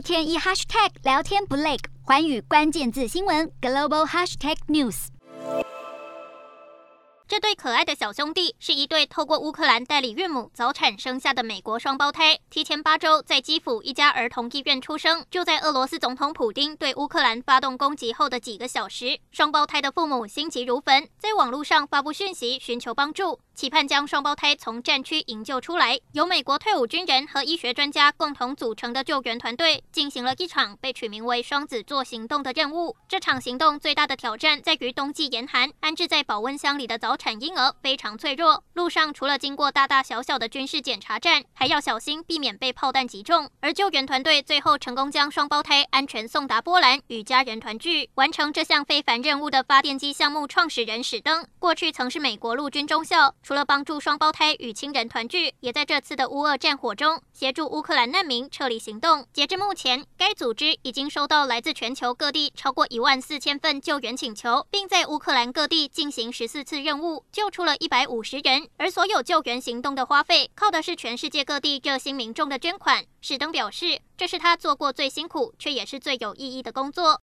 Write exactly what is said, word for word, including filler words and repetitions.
天一 hashtag 聊天不累，寰宇关键字新闻 global hashtag news。 这对可爱的小兄弟是一对透过乌克兰代理孕母早产生下的美国双胞胎，提前八周在基辅一家儿童医院出生。就在俄罗斯总统普丁对乌克兰发动攻击后的几个小时，双胞胎的父母心急如焚，在网络上发布讯息寻求帮助，期盼将双胞胎从战区营救出来。由美国退伍军人和医学专家共同组成的救援团队，进行了一场被取名为“双子座行动”的任务。这场行动最大的挑战在于冬季严寒，安置在保温箱里的早产婴儿非常脆弱，路上除了经过大大小小的军事检查站，还要小心避免被炮弹击中。而救援团队最后成功将双胞胎安全送达波兰，与家人团聚。完成这项非凡任务的发电机项目创始人史登，过去曾是美国陆军中校，除了帮助双胞胎与亲人团聚，也在这次的乌俄战火中协助乌克兰难民撤离行动。截至目前，该组织已经收到来自全球各地超过一万四千份救援请求，并在乌克兰各地进行十四次任务，救出了一百五十人。而所有救援行动的花费，靠的是全世界各地热心民众的捐款。史登表示，这是他做过最辛苦却也是最有意义的工作。